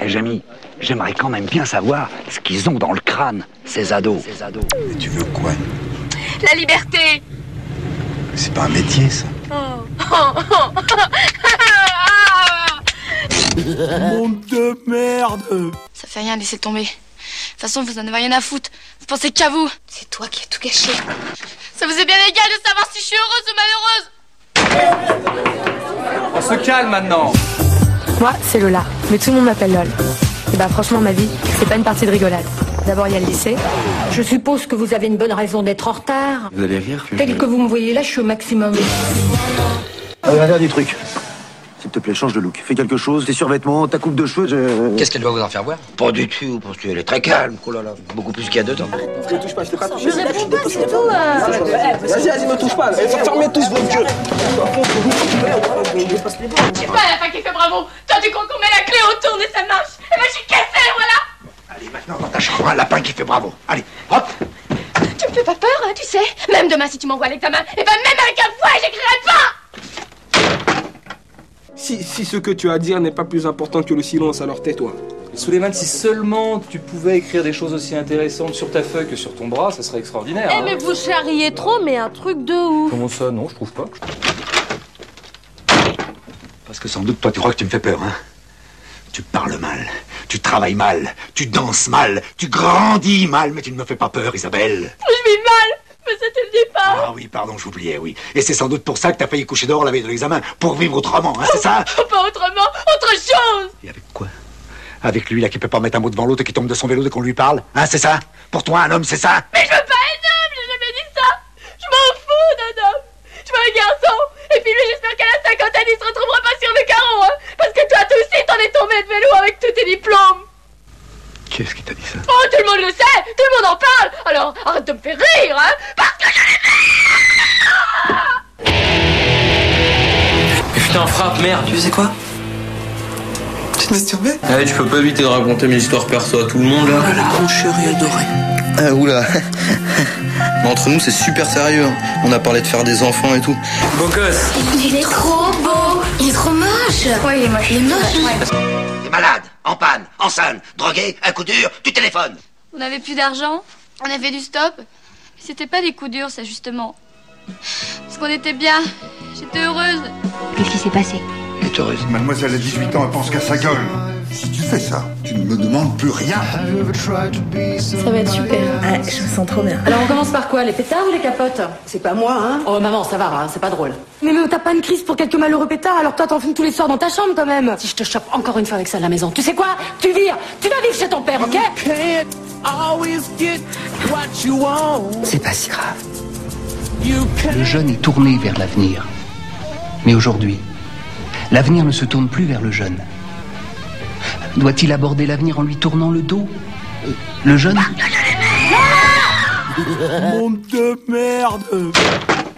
Eh, Jamy, j'aimerais quand même bien savoir ce qu'ils ont dans le crâne, ces ados. Mais tu veux quoi? La liberté. C'est pas un métier, ça. Monde de merde. Ça fait rien, laissez tomber. De toute façon, vous en avez rien à foutre. Vous pensez qu'à vous. C'est toi qui as tout gâché. Ça vous est bien égal de savoir si je suis heureuse ou malheureuse. On se calme maintenant. Moi, c'est Lola, mais tout le monde m'appelle Lol. Et bah franchement, ma vie, c'est pas une partie de rigolade. D'abord, il y a le lycée. Je suppose que vous avez une bonne raison d'être en retard. Vous allez rire, Tel que vous me voyez là, je suis au maximum. Un dernier truc. S'il te plaît, change de look. Fais quelque chose, tes survêtements, ta coupe de cheveux, Qu'est-ce qu'elle doit vous en faire voir? Pas du tout, parce qu'elle est très calme. Oh là là, beaucoup plus qu'il y a 2 ans. Je réponds pas, c'est tout. Vas-y, me touche pas. Fermez tous vos gueules. C'est pas la fin qui fait bravo. Toi, tu crois qu'on met la clé autour et ça marche. Eh ben, je suis cassée, voilà. Allez, maintenant, dans ta chambre, un lapin qui fait bravo. Allez, hop. Tu me fais pas peur, hein, tu sais. Même demain, si tu m'envoies à l'examen, et ben même avec un fouet, j'écrirai pas. Si ce que tu as à dire n'est pas plus important que le silence, alors tais-toi. Souleymane, si seulement tu pouvais écrire des choses aussi intéressantes sur ta feuille que sur ton bras, ça serait extraordinaire. Eh mais vous charriez trop, mais un truc de ouf. Comment ça? Non, je trouve pas. Parce que sans doute, toi, tu crois que tu me fais peur, hein. Tu parles mal, tu travailles mal, tu danses mal, tu grandis mal, mais tu ne me fais pas peur, Isabelle. Je vis mal, mais c'était le départ. Ah oui, pardon, j'oubliais, oui. Et c'est sans doute pour ça que t'as failli coucher dehors la veille de l'examen, pour vivre autrement, hein, c'est ça? Pas autrement, autre chose. Et avec quoi? Avec lui, là, qui peut pas mettre un mot devant l'autre et qui tombe de son vélo dès qu'on lui parle? Hein, c'est ça? Pour toi, un homme, c'est ça? Mais je veux pas un homme, j'ai jamais dit ça. Je m'en fous d'un homme. Je veux un garçon. Et puis lui, j'espère qu'à la cinquantaine, il se retrouvera pas sur le carreau, hein. Parce que toi, toi aussi, t'en es tombé de vélo avec tous tes diplômes. Qui est-ce qui t'a dit ça? Oh, tout le monde le sait, tout le monde en parle. Alors, arrête de me faire rire, hein. Parce que je l'ai fait. Putain, frappe, merde. Tu sais quoi? Tu te masturbais? Ah ouais, tu peux pas éviter de raconter mes histoires perso à tout le monde, là. Voilà, mon chéri adoré. Ah, oula. Mais entre nous, c'est super sérieux. On a parlé de faire des enfants et tout. Beau gosse. Il est trop beau. Il est trop moche. Ouais, il est moche. Il est moche. T'es malade, en panne, en scène, drogué, un coup dur, tu téléphones. On n'avait plus d'argent. On a fait du stop. Mais c'était pas des coups durs, ça, justement. Parce qu'on était bien. J'étais heureuse. Qu'est-ce qui s'est passé? Elle est heureuse. Mademoiselle a 18 ans, elle pense qu'à sa gueule. Si tu fais ça, tu ne me demandes plus rien. Ça va être super. Ouais, je me sens trop bien. Alors on commence par quoi? Les pétards ou les capotes? C'est pas moi, hein? Oh maman, ça va, hein, c'est pas drôle. Mais t'as pas une crise pour quelques malheureux pétards, alors toi t'en fumes tous les soirs dans ta chambre quand même. Si je te chope encore une fois avec ça à la maison, tu sais quoi? Tu vires! Tu vas vivre chez ton père, ok? C'est pas si grave. Le jeune est tourné vers l'avenir. Mais aujourd'hui, l'avenir ne se tourne plus vers le jeune. Doit-il aborder l'avenir en lui tournant le dos? Le jeune? Monde de merde.